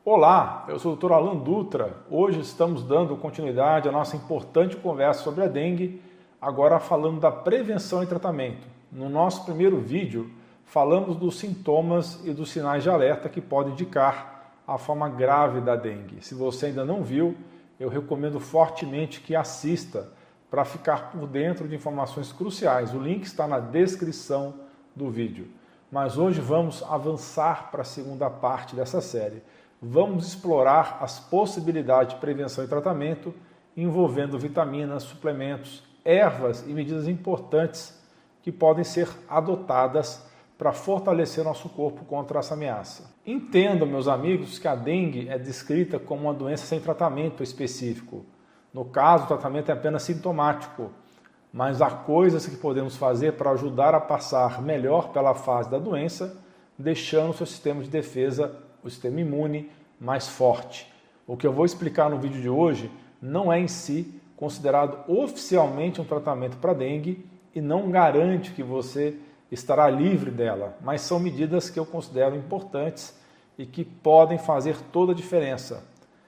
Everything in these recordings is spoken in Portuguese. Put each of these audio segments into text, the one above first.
Olá, eu sou o Dr. Alan Dutra. Hoje estamos dando continuidade à nossa importante conversa sobre a dengue, agora falando da prevenção e tratamento. No nosso primeiro vídeo, falamos dos sintomas e dos sinais de alerta que podem indicar a forma grave da dengue. Se você ainda não viu, eu recomendo fortemente que assista para ficar por dentro de informações cruciais. O link está na descrição do vídeo. Mas hoje vamos avançar para a segunda parte dessa série. Vamos explorar as possibilidades de prevenção e tratamento envolvendo vitaminas, suplementos, ervas e medidas importantes que podem ser adotadas para fortalecer nosso corpo contra essa ameaça. Entendam, meus amigos, que a dengue é descrita como uma doença sem tratamento específico. No caso, o tratamento é apenas sintomático, mas há coisas que podemos fazer para ajudar a passar melhor pela fase da doença, deixando o seu sistema de defesa, o sistema imune, mais forte. O que eu vou explicar no vídeo de hoje não é em si considerado oficialmente um tratamento para dengue e não garante que você estará livre dela, mas são medidas que eu considero importantes e que podem fazer toda a diferença.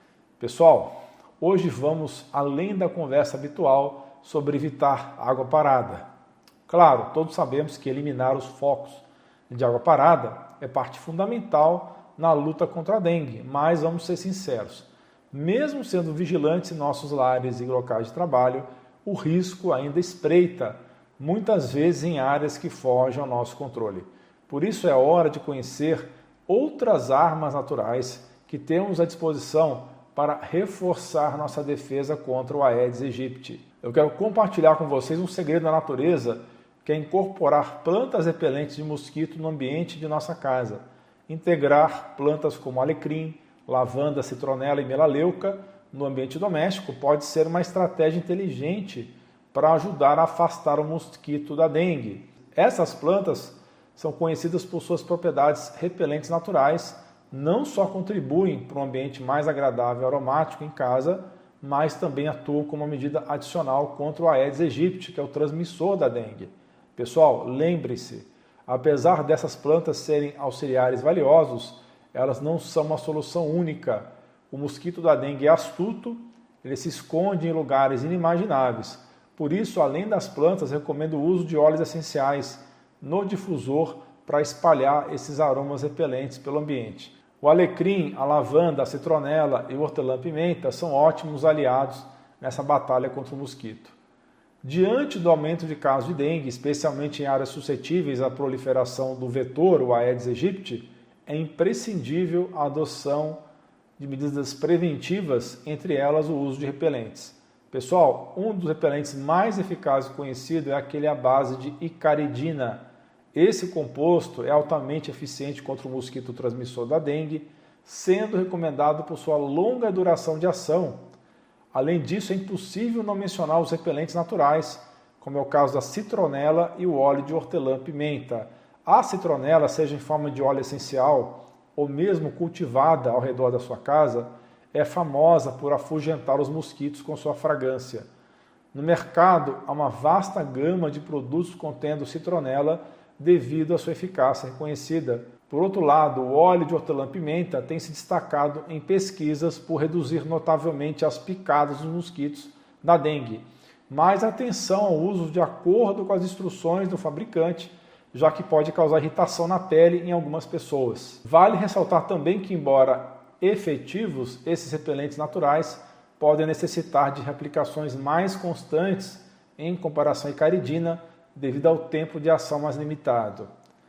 Pessoal, hoje vamos além da conversa habitual sobre evitar água parada. Claro, todos sabemos que eliminar os focos de água parada é parte fundamental na luta contra a dengue, mas vamos ser sinceros, mesmo sendo vigilantes em nossos lares e locais de trabalho, o risco ainda espreita, muitas vezes em áreas que fogem ao nosso controle. Por isso é hora de conhecer outras armas naturais que temos à disposição para reforçar nossa defesa contra o Aedes aegypti. Eu quero compartilhar com vocês um segredo da natureza, que é incorporar plantas repelentes de mosquito no ambiente de nossa casa. Integrar plantas como alecrim, lavanda, citronela e melaleuca no ambiente doméstico pode ser uma estratégia inteligente para ajudar a afastar o mosquito da dengue. Essas plantas são conhecidas por suas propriedades repelentes naturais, não só contribuem para um ambiente mais agradável e aromático em casa, mas também atuam como uma medida adicional contra o Aedes aegypti, que é o transmissor da dengue. Pessoal, lembre-se, apesar dessas plantas serem auxiliares valiosos, elas não são uma solução única. O mosquito da dengue é astuto, ele se esconde em lugares inimagináveis. Por isso, além das plantas, recomendo o uso de óleos essenciais no difusor para espalhar esses aromas repelentes pelo ambiente. O alecrim, a lavanda, a citronela e o hortelã-pimenta são ótimos aliados nessa batalha contra o mosquito. Diante do aumento de casos de dengue, especialmente em áreas suscetíveis à proliferação do vetor, o Aedes aegypti, é imprescindível a adoção de medidas preventivas, entre elas o uso de repelentes. Pessoal, um dos repelentes mais eficazes conhecido é aquele à base de icaridina. Esse composto é altamente eficiente contra o mosquito transmissor da dengue, sendo recomendado por sua longa duração de ação. Além disso, é impossível não mencionar os repelentes naturais, como é o caso da citronela e o óleo de hortelã-pimenta. A citronela, seja em forma de óleo essencial ou mesmo cultivada ao redor da sua casa, é famosa por afugentar os mosquitos com sua fragrância. No mercado, há uma vasta gama de produtos contendo citronela devido à sua eficácia reconhecida. Por outro lado, o óleo de hortelã-pimenta tem se destacado em pesquisas por reduzir notavelmente as picadas dos mosquitos da dengue. Mas atenção ao uso de acordo com as instruções do fabricante, já que pode causar irritação na pele em algumas pessoas. Vale ressaltar também que, embora efetivos, esses repelentes naturais podem necessitar de reaplicações mais constantes em comparação à icaridina, devido ao tempo de ação mais limitado.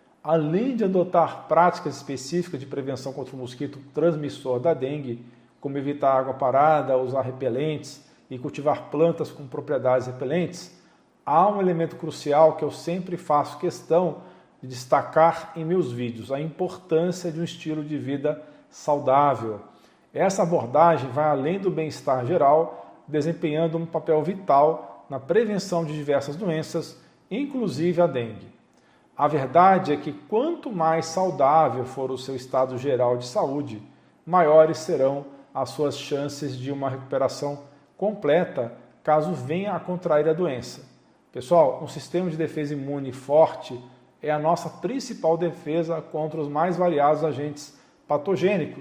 Além de adotar práticas específicas de prevenção contra o mosquito transmissor da dengue, como evitar água parada, usar repelentes e cultivar plantas com propriedades repelentes, há um elemento crucial que eu sempre faço questão de destacar em meus vídeos: a importância de um estilo de vida saudável. Essa abordagem vai além do bem-estar geral, desempenhando um papel vital na prevenção de diversas doenças, inclusive a dengue. A verdade é que quanto mais saudável for o seu estado geral de saúde, maiores serão as suas chances de uma recuperação completa caso venha a contrair a doença. Pessoal, um sistema de defesa imune forte é a nossa principal defesa contra os mais variados agentes patogênicos,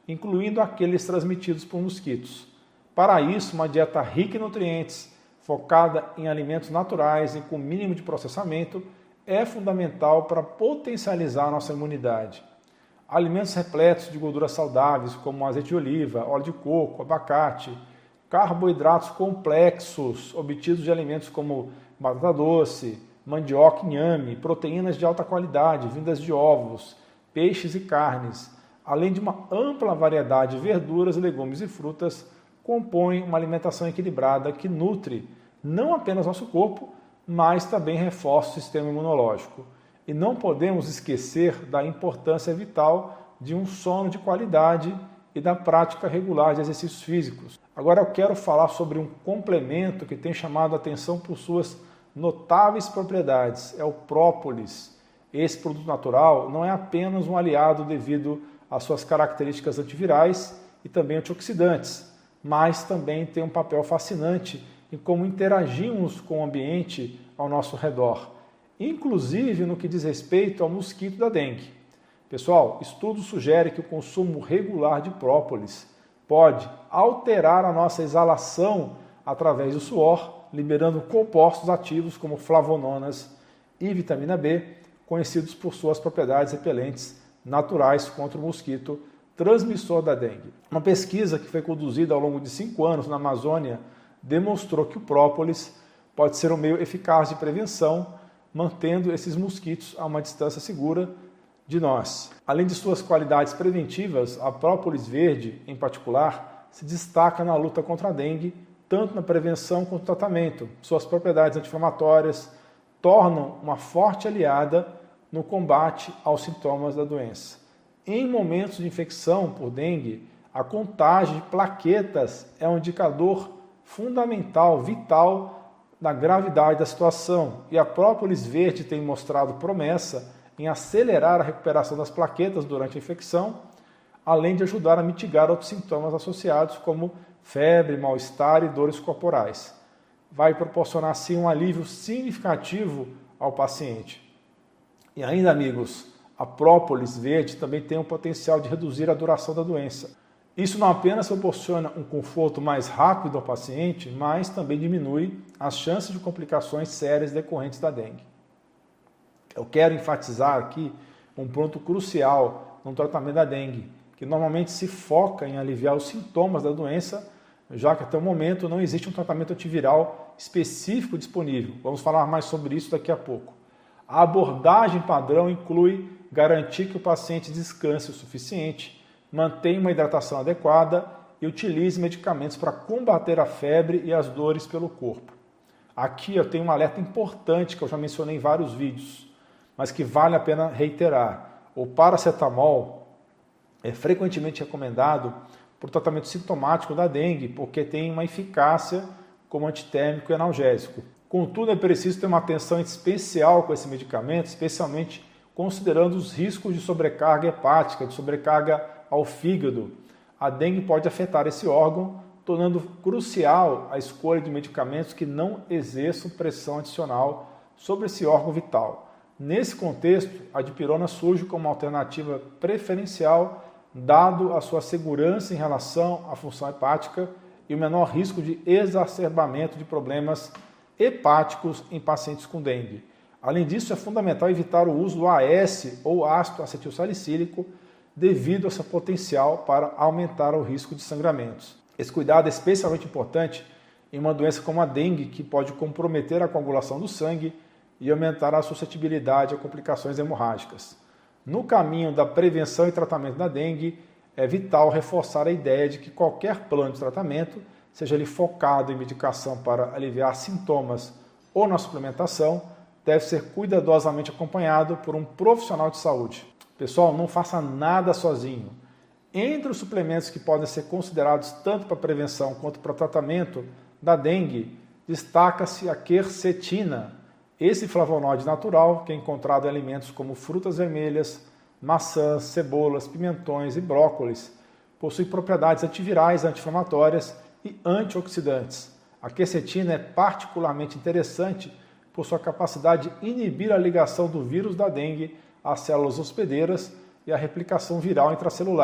incluindo aqueles transmitidos por mosquitos. Para isso, uma dieta rica em nutrientes, focada em alimentos naturais e com mínimo de processamento, é fundamental para potencializar a nossa imunidade. Alimentos repletos de gorduras saudáveis, como azeite de oliva, óleo de coco, abacate, carboidratos complexos, obtidos de alimentos como batata doce, mandioca, inhame, proteínas de alta qualidade, vindas de ovos, peixes e carnes, além de uma ampla variedade de verduras, legumes e frutas, compõem uma alimentação equilibrada que nutre não apenas nosso corpo, mas também reforça o sistema imunológico. E não podemos esquecer da importância vital de um sono de qualidade e da prática regular de exercícios físicos. Agora eu quero falar sobre um complemento que tem chamado a atenção por suas notáveis propriedades, é o própolis. Esse produto natural não é apenas um aliado devido às suas características antivirais e também antioxidantes, mas também tem um papel fascinante em como interagimos com o ambiente ao nosso redor, inclusive no que diz respeito ao mosquito da dengue. Pessoal, estudos sugerem que o consumo regular de própolis pode alterar a nossa exalação através do suor, liberando compostos ativos como flavononas e vitamina B, conhecidos por suas propriedades repelentes naturais contra o mosquito transmissor da dengue. Uma pesquisa que foi conduzida ao longo de 5 anos na Amazônia demonstrou que o própolis pode ser um meio eficaz de prevenção, mantendo esses mosquitos a uma distância segura de nós. Além de suas qualidades preventivas, a própolis verde, em particular, se destaca na luta contra a dengue, tanto na prevenção quanto no tratamento. Suas propriedades anti-inflamatórias tornam uma forte aliada no combate aos sintomas da doença. Em momentos de infecção por dengue, a contagem de plaquetas é um indicador fundamental, vital da gravidade da situação, e a própolis verde tem mostrado promessa em acelerar a recuperação das plaquetas durante a infecção, além de ajudar a mitigar outros sintomas associados como febre, mal-estar e dores corporais. Vai proporcionar assim um alívio significativo ao paciente. E ainda, amigos, a própolis verde também tem o potencial de reduzir a duração da doença. Isso não apenas proporciona um conforto mais rápido ao paciente, mas também diminui as chances de complicações sérias decorrentes da dengue. Eu quero enfatizar aqui um ponto crucial no tratamento da dengue, que normalmente se foca em aliviar os sintomas da doença, já que até o momento não existe um tratamento antiviral específico disponível. Vamos falar mais sobre isso daqui a pouco. A abordagem padrão inclui garantir que o paciente descanse o suficiente, mantenha uma hidratação adequada e utilize medicamentos para combater a febre e as dores pelo corpo. Aqui eu tenho um alerta importante que eu já mencionei em vários vídeos, mas que vale a pena reiterar. O paracetamol é frequentemente recomendado para o tratamento sintomático da dengue, porque tem uma eficácia como antitérmico e analgésico. Contudo, é preciso ter uma atenção especial com esse medicamento, especialmente considerando os riscos de sobrecarga hepática, de sobrecarga ao fígado. A dengue pode afetar esse órgão, tornando crucial a escolha de medicamentos que não exerçam pressão adicional sobre esse órgão vital. Nesse contexto, a dipirona surge como uma alternativa preferencial, dado a sua segurança em relação à função hepática e o menor risco de exacerbamento de problemas hepáticos em pacientes com dengue. Além disso, é fundamental evitar o uso do AS ou ácido acetilsalicílico devido ao seu potencial para aumentar o risco de sangramentos. Esse cuidado é especialmente importante em uma doença como a dengue, que pode comprometer a coagulação do sangue e aumentar a suscetibilidade a complicações hemorrágicas. No caminho da prevenção e tratamento da dengue, é vital reforçar a ideia de que qualquer plano de tratamento, seja ele focado em medicação para aliviar sintomas ou na suplementação, deve ser cuidadosamente acompanhado por um profissional de saúde. Pessoal, não faça nada sozinho. Entre os suplementos que podem ser considerados tanto para prevenção quanto para tratamento da dengue, destaca-se a quercetina. Esse flavonoide natural, que é encontrado em alimentos como frutas vermelhas, maçãs, cebolas, pimentões e brócolis, possui propriedades antivirais, anti-inflamatórias e antioxidantes. A quercetina é particularmente interessante por sua capacidade de inibir a ligação do vírus da dengue às células hospedeiras e a replicação viral intracelular.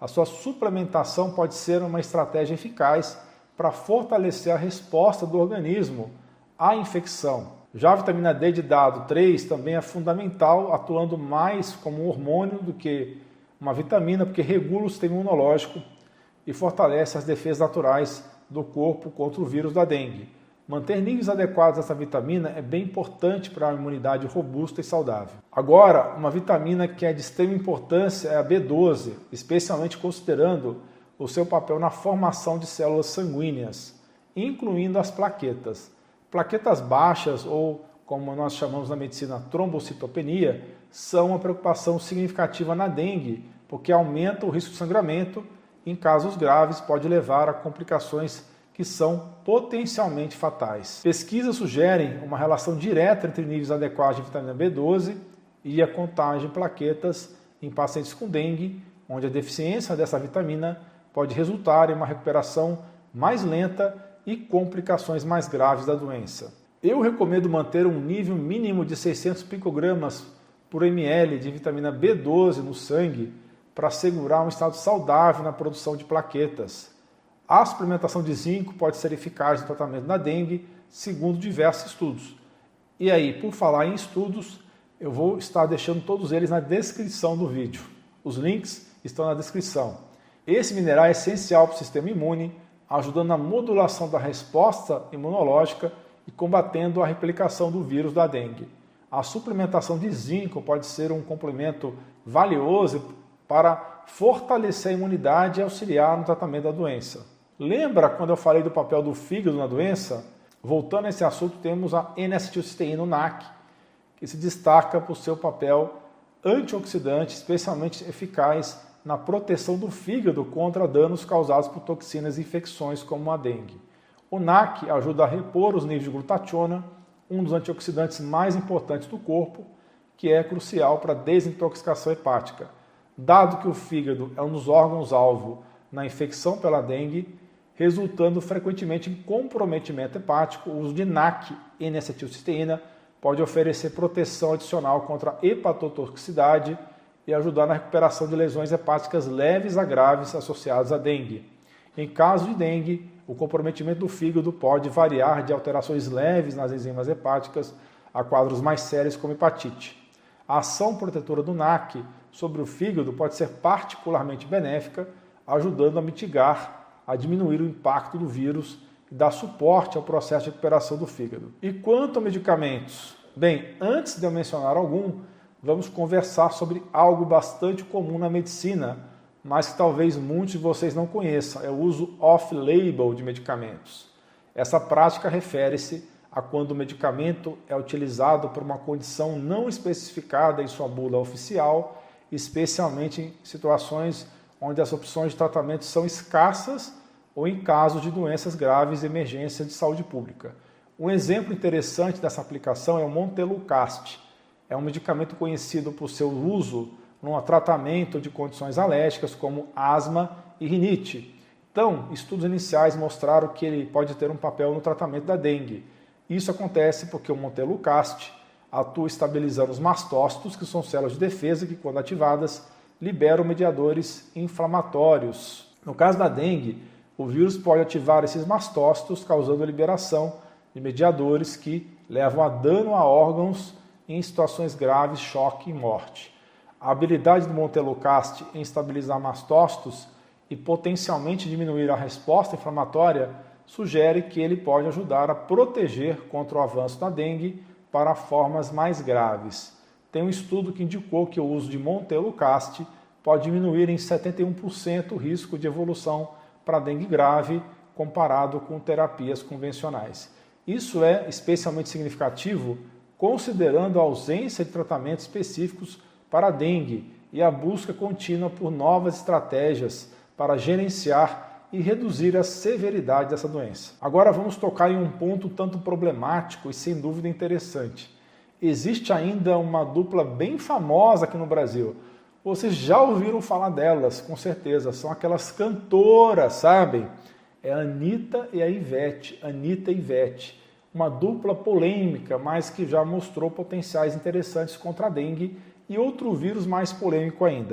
a sua suplementação pode ser uma estratégia eficaz para fortalecer a resposta do organismo à infecção. Já a vitamina D de dado 3 também é fundamental, atuando mais como um hormônio do que uma vitamina, porque regula o sistema imunológico e fortalece as defesas naturais do corpo contra o vírus da dengue. Manter níveis adequados dessa vitamina é bem importante para a imunidade robusta e saudável. Agora, uma vitamina que é de extrema importância é a B12, especialmente considerando o seu papel na formação de células sanguíneas, incluindo as plaquetas. Plaquetas baixas, ou como nós chamamos na medicina trombocitopenia, são uma preocupação significativa na dengue, porque aumenta o risco de sangramento e, em casos graves, pode levar a complicações que são potencialmente fatais. Pesquisas sugerem uma relação direta entre níveis adequados de vitamina B12 e a contagem de plaquetas em pacientes com dengue, onde a deficiência dessa vitamina pode resultar em uma recuperação mais lenta e complicações mais graves da doença. Eu recomendo manter um nível mínimo de 600 picogramas por ml de vitamina B12 no sangue para assegurar um estado saudável na produção de plaquetas. A suplementação de zinco pode ser eficaz no tratamento da dengue, segundo diversos estudos. E aí, por falar em estudos, eu vou estar deixando todos eles na descrição do vídeo. Os links estão na descrição. Esse mineral é essencial para o sistema imune, ajudando na modulação da resposta imunológica e combatendo a replicação do vírus da dengue. A suplementação de zinco pode ser um complemento valioso para fortalecer a imunidade e auxiliar no tratamento da doença. Lembra quando eu falei do papel do fígado na doença? Voltando a esse assunto, temos a N-acetilcisteína, o NAC, que se destaca por seu papel antioxidante, especialmente eficaz na proteção do fígado contra danos causados por toxinas e infecções como a dengue. O NAC ajuda a repor os níveis de glutationa, um dos antioxidantes mais importantes do corpo, que é crucial para a desintoxicação hepática. Dado que o fígado é um dos órgãos-alvo na infecção pela dengue, resultando frequentemente em comprometimento hepático, o uso de NAC, N-acetilcisteína, pode oferecer proteção adicional contra a hepatotoxicidade e ajudar na recuperação de lesões hepáticas leves a graves associadas à dengue. Em caso de dengue, o comprometimento do fígado pode variar de alterações leves nas enzimas hepáticas a quadros mais sérios como hepatite. A ação protetora do NAC sobre o fígado pode ser particularmente benéfica, ajudando a mitigar, a diminuir o impacto do vírus e dar suporte ao processo de recuperação do fígado. E quanto a medicamentos? Bem, antes de eu mencionar algum, vamos conversar sobre algo bastante comum na medicina, mas que talvez muitos de vocês não conheçam, é o uso off-label de medicamentos. Essa prática refere-se a quando o medicamento é utilizado por uma condição não especificada em sua bula oficial, especialmente em situações onde as opções de tratamento são escassas ou em casos de doenças graves e emergência de saúde pública. Um exemplo interessante dessa aplicação é o Montelukast. É um medicamento conhecido por seu uso no tratamento de condições alérgicas como asma e rinite. Então, estudos iniciais mostraram que ele pode ter um papel no tratamento da dengue. Isso acontece porque o Montelukast atua estabilizando os mastócitos, que são células de defesa que, quando ativadas, liberam mediadores inflamatórios. No caso da dengue, o vírus pode ativar esses mastócitos, causando a liberação de mediadores que levam a dano a órgãos em situações graves, choque e morte. A habilidade do Montelukast em estabilizar mastócitos e potencialmente diminuir a resposta inflamatória sugere que ele pode ajudar a proteger contra o avanço da dengue para formas mais graves. Tem um estudo que indicou que o uso de Montelukast pode diminuir em 71% o risco de evolução para dengue grave comparado com terapias convencionais. Isso é especialmente significativo considerando a ausência de tratamentos específicos para a dengue e a busca contínua por novas estratégias para gerenciar e reduzir a severidade dessa doença. Agora vamos tocar em um ponto tanto problemático e sem dúvida interessante. Existe ainda uma dupla bem famosa aqui no Brasil. Vocês já ouviram falar delas, com certeza. São aquelas cantoras, sabem? É a Anitta e a Ivete. Anitta e Ivete. Uma dupla polêmica, mas que já mostrou potenciais interessantes contra a dengue e outro vírus mais polêmico ainda.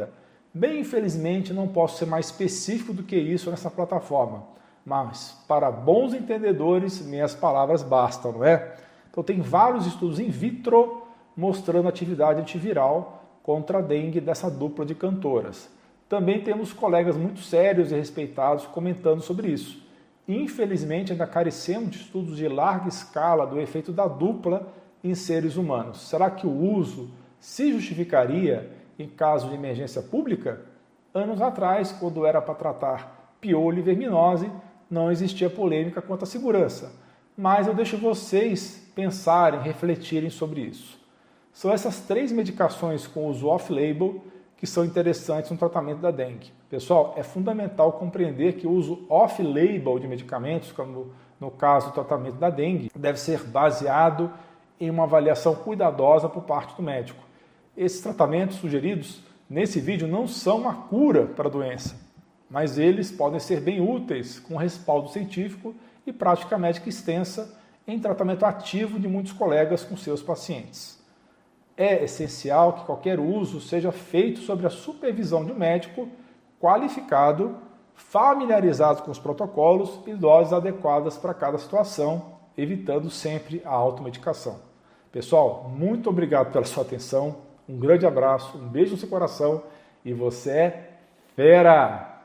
Bem, infelizmente, não posso ser mais específico do que isso nessa plataforma, mas para bons entendedores, minhas palavras bastam, não é? Então tem vários estudos in vitro mostrando atividade antiviral contra a dengue dessa dupla de cantoras. Também temos colegas muito sérios e respeitados comentando sobre isso. Infelizmente, ainda carecemos de estudos de larga escala do efeito da dupla em seres humanos. Será que o uso se justificaria em caso de emergência pública? Anos atrás, quando era para tratar piolho e verminose, não existia polêmica quanto à segurança. Mas eu deixo vocês pensarem, refletirem sobre isso. São essas 3 medicações com uso off-label que são interessantes no tratamento da dengue. Pessoal, é fundamental compreender que o uso off-label de medicamentos, como no caso do tratamento da dengue, deve ser baseado em uma avaliação cuidadosa por parte do médico. Esses tratamentos sugeridos nesse vídeo não são uma cura para a doença, mas eles podem ser bem úteis com respaldo científico e prática médica extensa em tratamento ativo de muitos colegas com seus pacientes. É essencial que qualquer uso seja feito sob a supervisão de um médico qualificado, familiarizado com os protocolos e doses adequadas para cada situação, evitando sempre a automedicação. Pessoal, muito obrigado pela sua atenção, um grande abraço, um beijo no seu coração e você é fera!